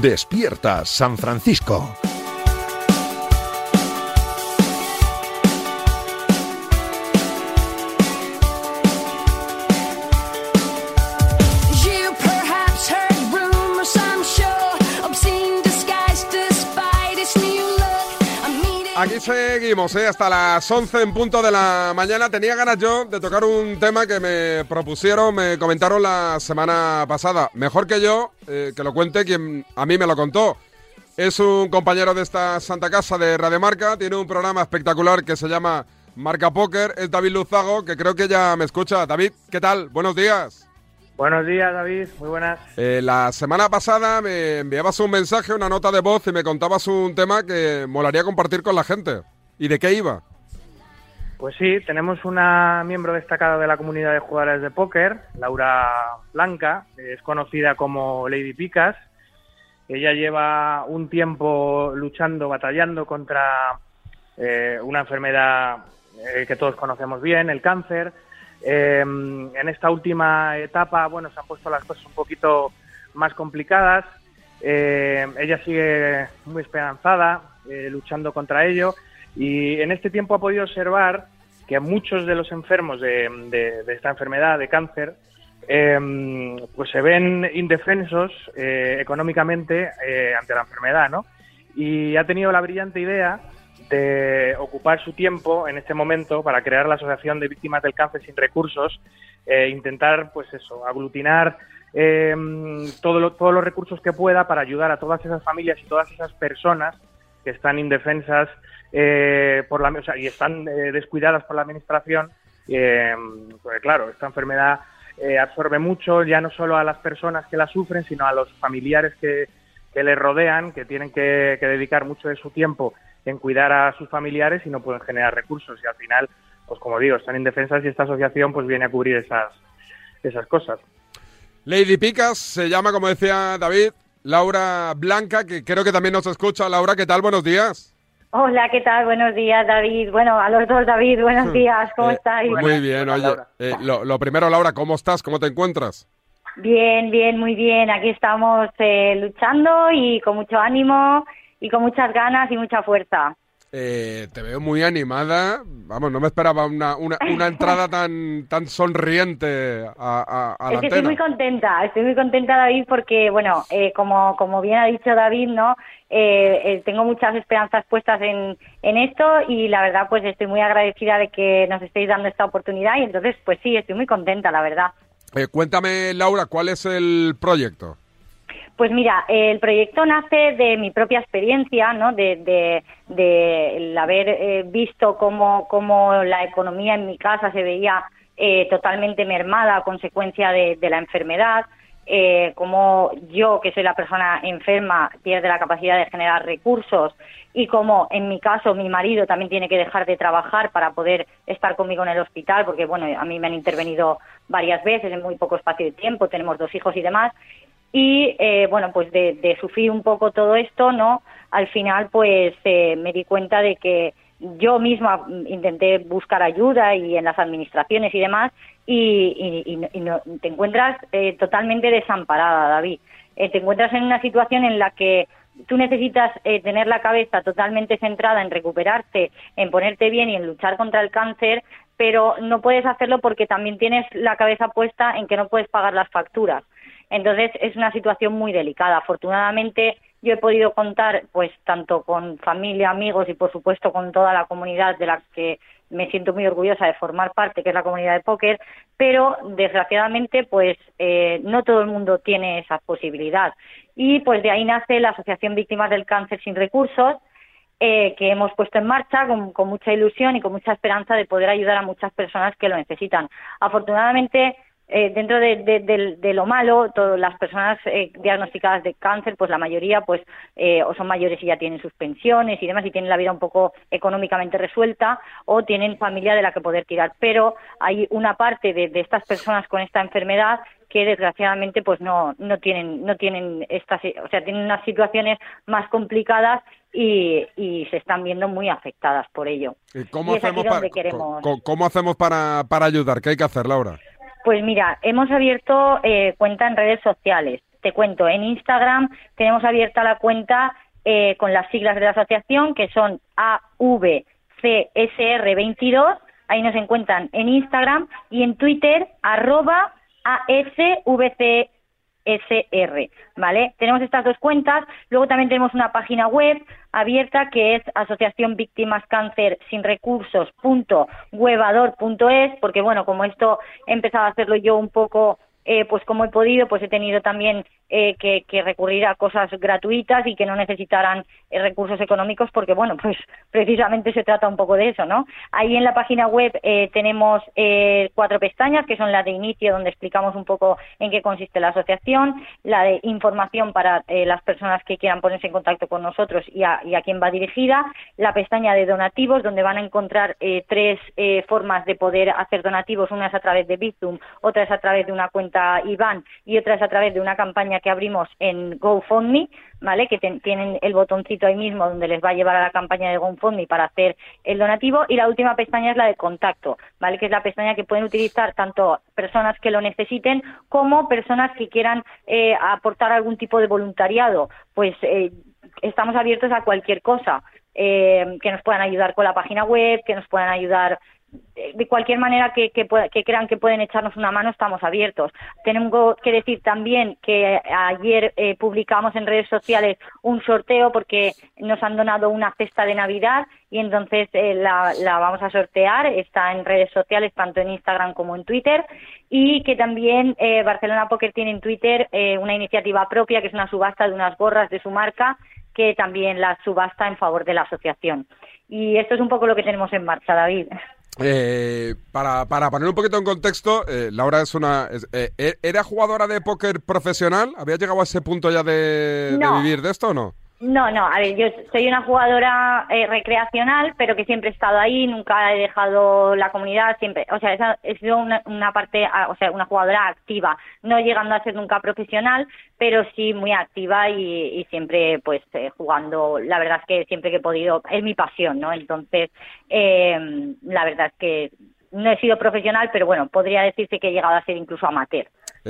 Despierta San Francisco. Aquí seguimos, hasta las 11 en punto de la mañana. Tenía ganas yo de tocar un tema que me propusieron, me comentaron la semana pasada. Mejor que yo, que lo cuente quien a mí me lo contó. Es un compañero de esta Santa Casa de Radio Marca, tiene un programa espectacular que se llama Marca Póker. Es David Luzago, que creo que ya me escucha. David, ¿qué tal? Buenos días. Buenos días, David. Muy buenas. La semana pasada me enviabas un mensaje, una nota de voz y me contabas un tema que molaría compartir con la gente. ¿Y de qué iba? Pues sí, tenemos una miembro destacada de la comunidad de jugadores de póker, Laura Blanca, es conocida como Lady Picas. Ella lleva un tiempo luchando, batallando contra una enfermedad que todos conocemos bien, el cáncer. En esta última etapa, bueno, se han puesto las cosas un poquito más complicadas. Ella sigue muy esperanzada, luchando contra ello, y en este tiempo ha podido observar que muchos de los enfermos de esta enfermedad de cáncer pues se ven indefensos económicamente ante la enfermedad, ¿no? Y ha tenido la brillante idea de ocupar su tiempo en este momento para crear la Asociación de Víctimas del Cáncer Sin Recursos, intentar, pues eso, aglutinar todos los recursos que pueda para ayudar a todas esas familias y todas esas personas que están indefensas y están descuidadas por la administración, porque claro, esta enfermedad absorbe mucho, ya no solo a las personas que la sufren, sino a los familiares que les rodean, que tienen que dedicar mucho de su tiempo en cuidar a sus familiares y no pueden generar recursos, y al final, pues como digo, están indefensas, y esta asociación pues viene a cubrir esas cosas. Lady Picas se llama, como decía David, Laura Blanca, que creo que también nos escucha. Laura, ¿qué tal? Buenos días. Hola, ¿qué tal? Buenos días, David. Bueno, a los dos, David, buenos días. ¿Cómo estáis? Muy bien, oye. Lo primero, Laura, ¿cómo estás? ¿Cómo te encuentras? Bien, muy bien. Aquí estamos luchando y con mucho ánimo y con muchas ganas y mucha fuerza. Te veo muy animada. Vamos, no me esperaba una entrada tan sonriente a la antena. Estoy muy contenta, David, porque, bueno, como bien ha dicho David, ¿no? Tengo muchas esperanzas puestas en esto, y la verdad, pues estoy muy agradecida de que nos estéis dando esta oportunidad, y entonces, pues sí, estoy muy contenta, la verdad. Cuéntame, Laura, ¿cuál es el proyecto? Pues mira, el proyecto nace de mi propia experiencia, ¿no? De el haber visto cómo la economía en mi casa se veía totalmente mermada a consecuencia de la enfermedad, cómo yo, que soy la persona enferma, pierde la capacidad de generar recursos, y cómo, en mi caso, mi marido también tiene que dejar de trabajar para poder estar conmigo en el hospital, porque, bueno, a mí me han intervenido varias veces en muy poco espacio de tiempo, tenemos 2 hijos y demás. Y, bueno, pues de sufrir un poco todo esto, ¿no? Al final, pues me di cuenta de que yo misma intenté buscar ayuda y en las administraciones y demás, y no, te encuentras totalmente desamparada, David. Te encuentras en una situación en la que tú necesitas tener la cabeza totalmente centrada en recuperarte, en ponerte bien y en luchar contra el cáncer, pero no puedes hacerlo porque también tienes la cabeza puesta en que no puedes pagar las facturas. Entonces es una situación muy delicada. Afortunadamente yo he podido contar, pues, tanto con familia, amigos y por supuesto con toda la comunidad de la que me siento muy orgullosa de formar parte, que es la comunidad de póker, pero desgraciadamente pues no todo el mundo tiene esa posibilidad. Y pues de ahí nace la Asociación Víctimas del Cáncer Sin Recursos, que hemos puesto en marcha con mucha ilusión y con mucha esperanza de poder ayudar a muchas personas que lo necesitan. Afortunadamente, dentro de lo malo, todas las personas diagnosticadas de cáncer, pues la mayoría pues o son mayores y ya tienen sus pensiones y demás, y tienen la vida un poco económicamente resuelta, o tienen familia de la que poder tirar. Pero hay una parte de estas personas con esta enfermedad que desgraciadamente pues no tienen estas, o sea, tienen unas situaciones más complicadas y se están viendo muy afectadas por ello. ¿Cómo hacemos para ayudar? ¿Qué hay que hacer, Laura? Pues mira, hemos abierto cuenta en redes sociales. te cuento, en Instagram tenemos abierta la cuenta con las siglas de la asociación, que son AVCSR22, ahí nos encuentran en Instagram, y en Twitter, @ASVCSR, ¿vale? Tenemos estas dos cuentas. Luego también tenemos una página web abierta que es Asociación Víctimas Cáncer Sin Recursos.webador.es, porque bueno, como esto he empezado a hacerlo yo un poco pues como he podido, pues he tenido también que recurrir a cosas gratuitas y que no necesitaran recursos económicos, porque bueno, pues precisamente se trata un poco de eso, ¿no? Ahí en la página web tenemos 4 pestañas, que son la de inicio, donde explicamos un poco en qué consiste la asociación, la de información para las personas que quieran ponerse en contacto con nosotros y a quién va dirigida, la pestaña de donativos, donde van a encontrar 3 formas de poder hacer donativos. Una es a través de Bizum, otra es a través de una cuenta IBAN y otra es a través de una campaña que abrimos en GoFundMe, ¿vale? Que tienen el botoncito ahí mismo donde les va a llevar a la campaña de GoFundMe para hacer el donativo. Y la última pestaña es la de contacto, ¿vale? Que es la pestaña que pueden utilizar tanto personas que lo necesiten como personas que quieran aportar algún tipo de voluntariado. Pues estamos abiertos a cualquier cosa, que nos puedan ayudar con la página web, que nos puedan ayudar de cualquier manera que crean que pueden echarnos una mano. Estamos abiertos. Tengo que decir también que ayer publicamos en redes sociales un sorteo, porque nos han donado una cesta de Navidad y entonces la vamos a sortear. Está en redes sociales, tanto en Instagram como en Twitter, y que también Barcelona Póquer tiene en Twitter una iniciativa propia, que es una subasta de unas gorras de su marca, que también la subasta en favor de la asociación. Y esto es un poco lo que tenemos en marcha, David. Para poner un poquito en contexto, Laura ¿era jugadora de póker profesional? ¿Había llegado a ese punto ya de vivir de esto o no? No, a ver, yo soy una jugadora recreacional, pero que siempre he estado ahí, nunca he dejado la comunidad, siempre, o sea, he sido una parte, o sea, una jugadora activa, no llegando a ser nunca profesional, pero sí muy activa y siempre, pues, jugando. La verdad es que siempre que he podido, es mi pasión, ¿no? Entonces, la verdad es que no he sido profesional, pero bueno, podría decirse que he llegado a ser incluso amateur.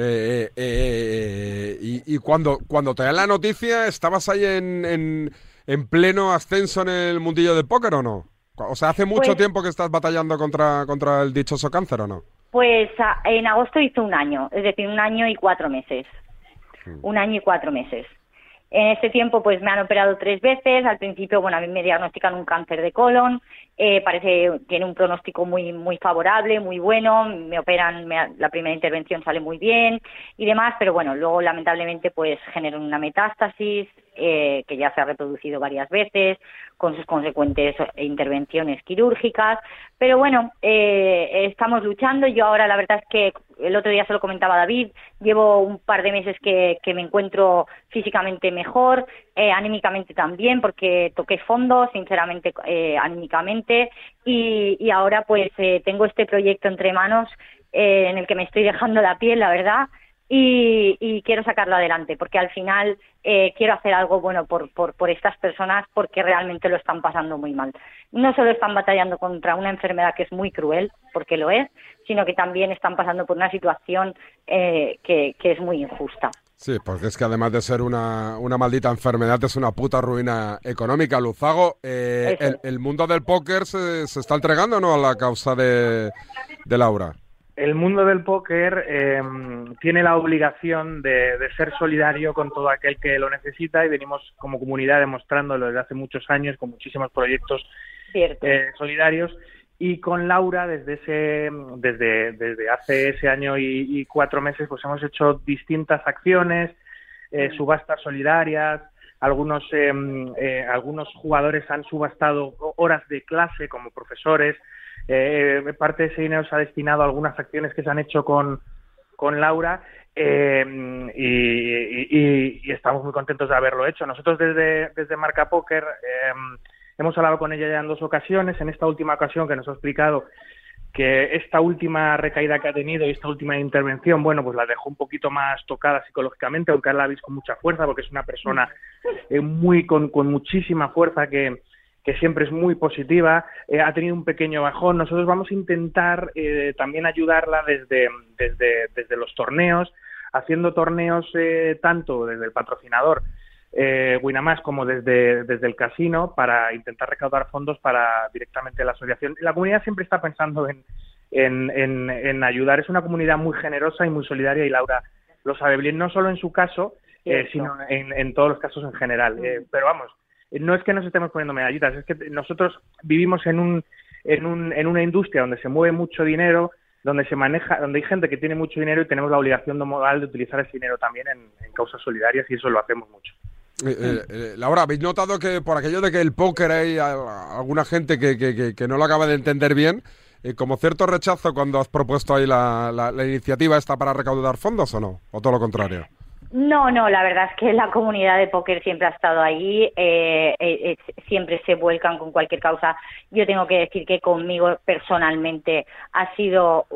Y cuando te dan la noticia, ¿estabas ahí en pleno ascenso en el mundillo del póker o no? O sea, ¿hace mucho tiempo que estás batallando contra el dichoso cáncer o no? Pues en agosto hizo 1 año, es decir, 1 año y 4 meses. 1 año y 4 meses. En este tiempo, pues me han operado 3 veces. Al principio, bueno, a mí me diagnostican un cáncer de colon. Parece que tiene un pronóstico muy favorable, muy bueno. Me operan, la primera intervención sale muy bien y demás, pero bueno, luego lamentablemente pues generan una metástasis que ya se ha reproducido varias veces, con sus consecuentes intervenciones quirúrgicas. Pero bueno, estamos luchando. Yo ahora, la verdad es que el otro día se lo comentaba a David, llevo un par de meses que me encuentro físicamente mejor, anímicamente también, porque toqué fondo, sinceramente, anímicamente, y ahora pues tengo este proyecto entre manos en el que me estoy dejando la piel, la verdad, y quiero sacarlo adelante, porque al final quiero hacer algo bueno por estas personas, porque realmente lo están pasando muy mal. No solo están batallando contra una enfermedad que es muy cruel, porque lo es, sino que también están pasando por una situación que es muy injusta. Sí, porque es que además de ser una maldita enfermedad, es una puta ruina económica. Luzago, el mundo del póker se está entregando, ¿no?, a la causa de Laura. El mundo del póker tiene la obligación de ser solidario con todo aquel que lo necesita, y venimos como comunidad demostrándolo desde hace muchos años con muchísimos proyectos solidarios. Y con Laura, desde hace ese año y 4 meses, pues hemos hecho distintas acciones, subastas solidarias. Algunos jugadores han subastado horas de clase como profesores. Parte de ese dinero se ha destinado a algunas acciones que se han hecho con Laura, y estamos muy contentos de haberlo hecho. Nosotros desde Marca Póquer hemos hablado con ella ya en 2 ocasiones. En esta última ocasión, que nos ha explicado que esta última recaída que ha tenido y esta última intervención, bueno, pues la dejó un poquito más tocada psicológicamente, aunque la veis con mucha fuerza, porque es una persona con muchísima fuerza, que siempre es muy positiva. Ha tenido un pequeño bajón. Nosotros vamos a intentar también ayudarla desde los torneos, haciendo torneos tanto desde el patrocinador Winamax como desde el casino para intentar recaudar fondos para directamente la asociación. La comunidad siempre está pensando en ayudar. Es una comunidad muy generosa y muy solidaria y Laura lo sabe bien, no solo en su caso, sino en todos los casos en general. Pero vamos, no es que nos estemos poniendo medallitas, es que nosotros vivimos en una industria donde se mueve mucho dinero, donde se maneja, donde hay gente que tiene mucho dinero y tenemos la obligación moral de utilizar ese dinero también en causas solidarias y eso lo hacemos mucho. Laura, ¿habéis notado que por aquello de que el póker hay alguna gente que no lo acaba de entender bien, como cierto rechazo cuando has propuesto ahí la iniciativa esta para recaudar fondos o no? ¿O todo lo contrario? No, la verdad es que la comunidad de póker siempre ha estado ahí, siempre se vuelcan con cualquier causa. Yo tengo que decir que conmigo personalmente ha sido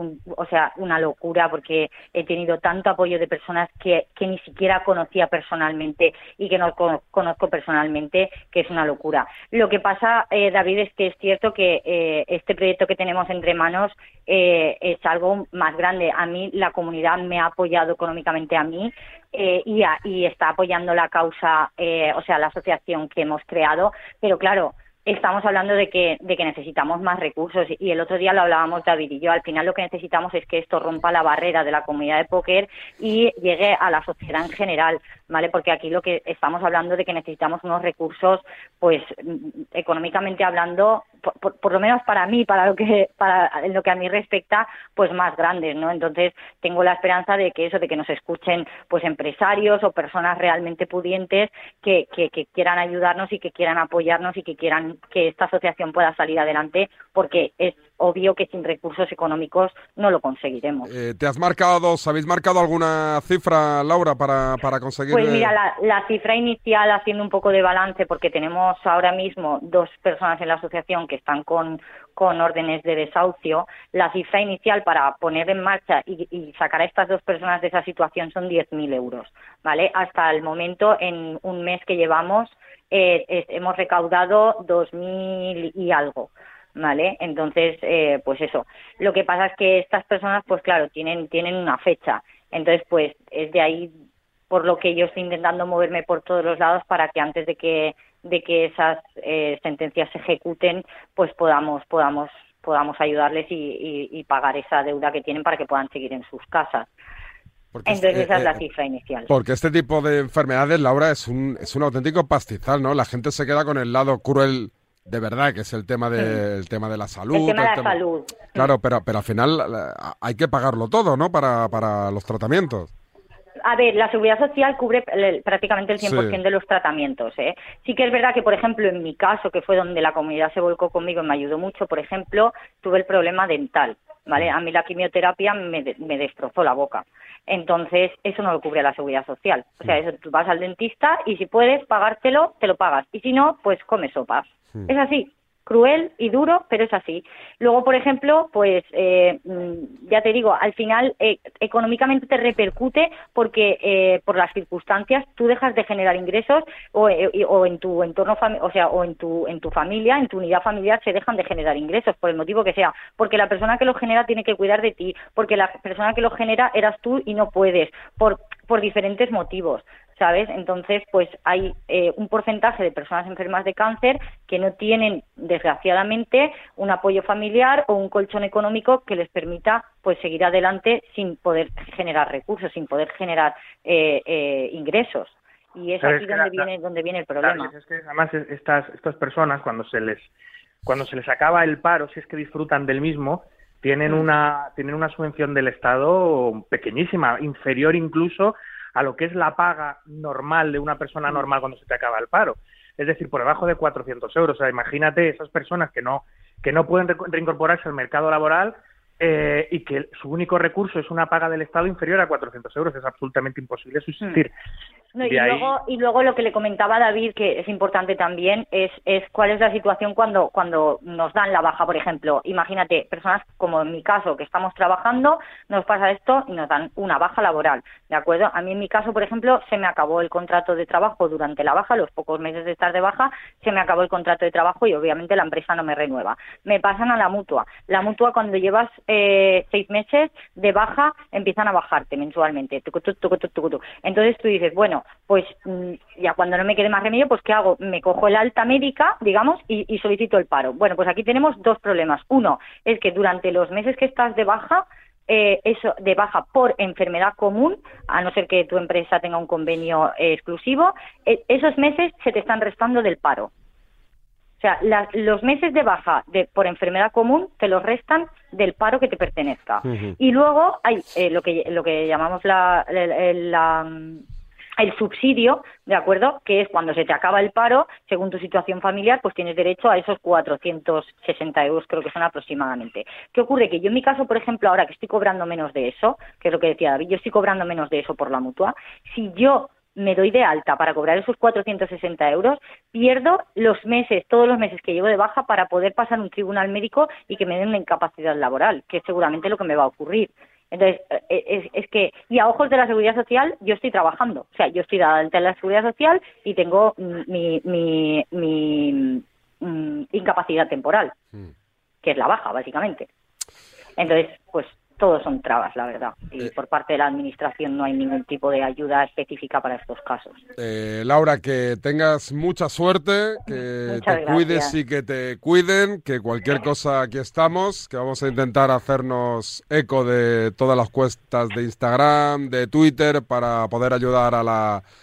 una locura porque he tenido tanto apoyo de personas que ni siquiera conocía personalmente y que no conozco personalmente, que es una locura. Lo que pasa, David, es que es cierto que este proyecto que tenemos entre manos es algo más grande. A mí la comunidad me ha apoyado económicamente a mí, y está apoyando la causa, la asociación que hemos creado, pero claro, estamos hablando de que necesitamos más recursos y el otro día lo hablábamos David y yo. Al final lo que necesitamos es que esto rompa la barrera de la comunidad de póker y llegue a la sociedad en general, ¿vale? Porque aquí lo que estamos hablando de que necesitamos unos recursos, pues económicamente hablando, por lo menos para mí, en lo que a mí respecta, pues más grandes, ¿no? Entonces tengo la esperanza de que nos escuchen pues empresarios o personas realmente pudientes que quieran ayudarnos y que quieran apoyarnos y que quieran que esta asociación pueda salir adelante, porque es obvio que sin recursos económicos no lo conseguiremos. ¿Os habéis marcado alguna cifra, Laura, para conseguir? Pues mira, la cifra inicial, haciendo un poco de balance, porque tenemos ahora mismo 2 personas en la asociación que están con órdenes de desahucio, la cifra inicial para poner en marcha y sacar a estas 2 personas de esa situación son 10.000 euros, ¿vale? Hasta el momento, en un mes que llevamos, hemos recaudado 2.000 y algo, ¿vale? Entonces, pues eso. Lo que pasa es que estas personas, pues claro, tienen una fecha. Entonces, pues es de ahí por lo que yo estoy intentando moverme por todos los lados para que antes de que esas sentencias se ejecuten, pues podamos ayudarles y pagar esa deuda que tienen para que puedan seguir en sus casas. Entonces esa es la cifra inicial. Porque este tipo de enfermedades, Laura, es un auténtico pastizal, ¿no? La gente se queda con el lado cruel de verdad, que es el tema de la salud. El tema de la salud. Claro, pero al final hay que pagarlo todo, ¿no? Para los tratamientos. A ver, la Seguridad Social cubre prácticamente el 100% de los tratamientos, ¿eh? Sí que es verdad que, por ejemplo, en mi caso, que fue donde la comunidad se volcó conmigo y me ayudó mucho, por ejemplo, tuve el problema dental, ¿vale? A mí la quimioterapia me destrozó la boca. Entonces, eso no lo cubre la Seguridad Social. O sea, eso tú vas al dentista y si puedes pagártelo, te lo pagas. Y si no, pues comes sopas. Es así. Cruel y duro, pero es así. Luego, por ejemplo, pues ya te digo, al final económicamente te repercute porque por las circunstancias tú dejas de generar ingresos o en tu entorno o en tu familia, en tu unidad familiar se dejan de generar ingresos por el motivo que sea, porque la persona que lo genera tiene que cuidar de ti, porque la persona que lo genera eras tú y no puedes, por diferentes motivos, ¿sabes? Entonces, pues hay un porcentaje de personas enfermas de cáncer que no tienen, desgraciadamente, un apoyo familiar o un colchón económico que les permita pues seguir adelante sin poder generar recursos, sin poder generar ingresos. Y es aquí donde viene el problema. Es que además estas personas, cuando se les acaba el paro, si es que disfrutan del mismo, tienen una subvención del Estado pequeñísima, inferior incluso a lo que es la paga normal de una persona normal cuando se te acaba el paro. Es decir, por debajo de 400 euros. O sea, imagínate esas personas que no pueden reincorporarse al mercado laboral y que su único recurso es una paga del Estado inferior a 400 euros. Es absolutamente imposible subsistir. No, y luego lo que le comentaba a David, que es importante también, es cuál es la situación cuando nos dan la baja, por ejemplo. Imagínate, personas como en mi caso, que estamos trabajando, nos pasa esto y nos dan una baja laboral, ¿de acuerdo? A mí en mi caso, por ejemplo, se me acabó el contrato de trabajo durante la baja, los pocos meses de estar de baja, se me acabó el contrato de trabajo y obviamente la empresa no me renueva. Me pasan a la mutua. La mutua, cuando llevas 6 meses de baja empiezan a bajarte mensualmente. Entonces tú dices, bueno, pues ya cuando no me quede más remedio, pues ¿qué hago? Me cojo el alta médica, digamos, y solicito el paro. Bueno, pues aquí tenemos 2 problemas. Uno es que durante los meses que estás de baja, eso de baja por enfermedad común, a no ser que tu empresa tenga un convenio exclusivo, esos meses se te están restando del paro. O sea, los meses de baja por enfermedad común te los restan del paro que te pertenezca. Uh-huh. Y luego hay lo que llamamos el subsidio, ¿de acuerdo? Que es cuando se te acaba el paro, según tu situación familiar, pues tienes derecho a esos 460 euros, creo que son aproximadamente. ¿Qué ocurre? Que yo en mi caso, por ejemplo, ahora que estoy cobrando menos de eso, que es lo que decía David, yo estoy cobrando menos de eso por la Mutua, si yo me doy de alta para cobrar esos 460 euros, pierdo todos los meses que llevo de baja para poder pasar un tribunal médico y que me den una incapacidad laboral, que es seguramente lo que me va a ocurrir. Entonces, es que, y a ojos de la Seguridad Social, yo estoy trabajando. O sea, yo estoy dada de alta en la Seguridad Social y tengo mi incapacidad temporal, que es la baja, básicamente. Entonces, pues, todos son trabas, la verdad. Y por parte de la Administración no hay ningún tipo de ayuda específica para estos casos. Laura, que tengas mucha suerte, que te cuides y que te cuiden, que cualquier cosa aquí estamos, que vamos a intentar hacernos eco de todas las cuentas de Instagram, de Twitter, para poder ayudar a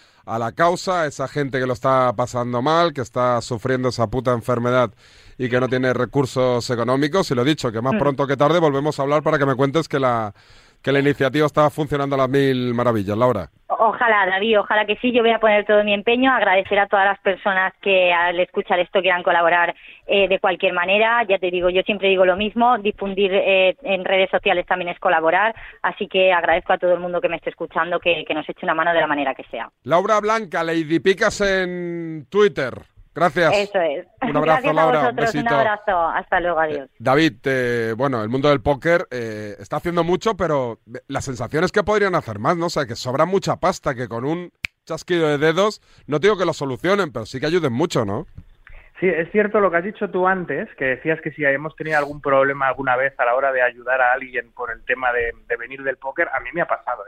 la causa, a esa gente que lo está pasando mal, que está sufriendo esa puta enfermedad y que no tiene recursos económicos. Y lo dicho, que más pronto que tarde volvemos a hablar para que me cuentes que la iniciativa está funcionando a las mil maravillas, Laura. Ojalá, David, ojalá que sí. Yo voy a poner todo mi empeño, agradecer a todas las personas que al escuchar esto quieran colaborar de cualquier manera. Ya te digo, yo siempre digo lo mismo, difundir en redes sociales también es colaborar, así que agradezco a todo el mundo que me esté escuchando que nos eche una mano de la manera que sea. Laura Blanca, Lady Picas en Twitter. Gracias. Eso es. Un abrazo, gracias Laura. A vosotros, un abrazo. Hasta luego, adiós. David, bueno, el mundo del póker está haciendo mucho, pero la sensación es que podrían hacer más, ¿no? O sea, que sobra mucha pasta, que con un chasquido de dedos, no digo que lo solucionen, pero sí que ayuden mucho, ¿no? Sí, es cierto lo que has dicho tú antes, que decías que si hemos tenido algún problema alguna vez a la hora de ayudar a alguien por el tema de venir del póker, a mí me ha pasado.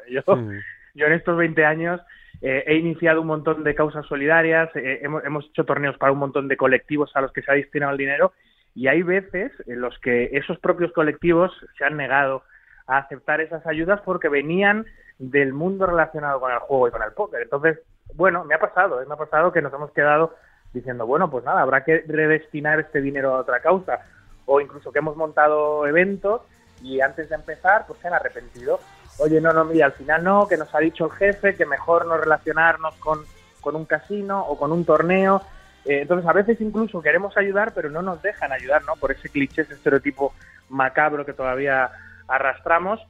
Yo en estos 20 años... he iniciado un montón de causas solidarias, hemos hecho torneos para un montón de colectivos a los que se ha destinado el dinero, y hay veces en los que esos propios colectivos se han negado a aceptar esas ayudas porque venían del mundo relacionado con el juego y con el póker. Entonces, bueno, me ha pasado que nos hemos quedado diciendo, bueno, pues nada, habrá que redestinar este dinero a otra causa, o incluso que hemos montado eventos y antes de empezar pues se han arrepentido. Oye, no, mira, al final no, que nos ha dicho el jefe que mejor no relacionarnos con un casino o con un torneo. Entonces, a veces incluso queremos ayudar, pero no nos dejan ayudar, ¿no? Por ese cliché, ese estereotipo macabro que todavía arrastramos.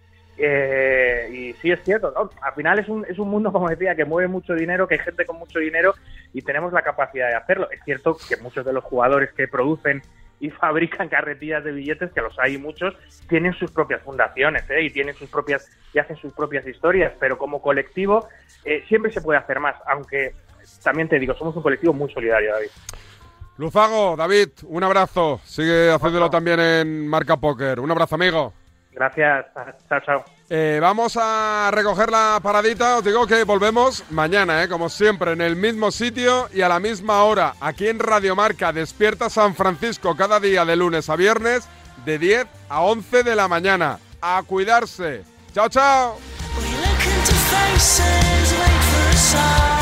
Y sí es cierto, ¿no? Al final es un mundo, como decía, que mueve mucho dinero, que hay gente con mucho dinero y tenemos la capacidad de hacerlo. Es cierto que muchos de los jugadores que producen y fabrican carretillas de billetes, que los hay muchos, tienen sus propias fundaciones, y tienen sus propias, y hacen sus propias historias, pero como colectivo siempre se puede hacer más, aunque también te digo, somos un colectivo muy solidario, David. Luzago, David, un abrazo, sigue haciéndolo también en Marca Póker, un abrazo, amigo. Gracias, chao. Vamos a recoger la paradita. Os digo que volvemos mañana, como siempre, en el mismo sitio y a la misma hora, aquí en Radio Marca. Despierta San Francisco cada día de lunes a viernes de 10 a 11 de la mañana. A cuidarse. Chao, chao.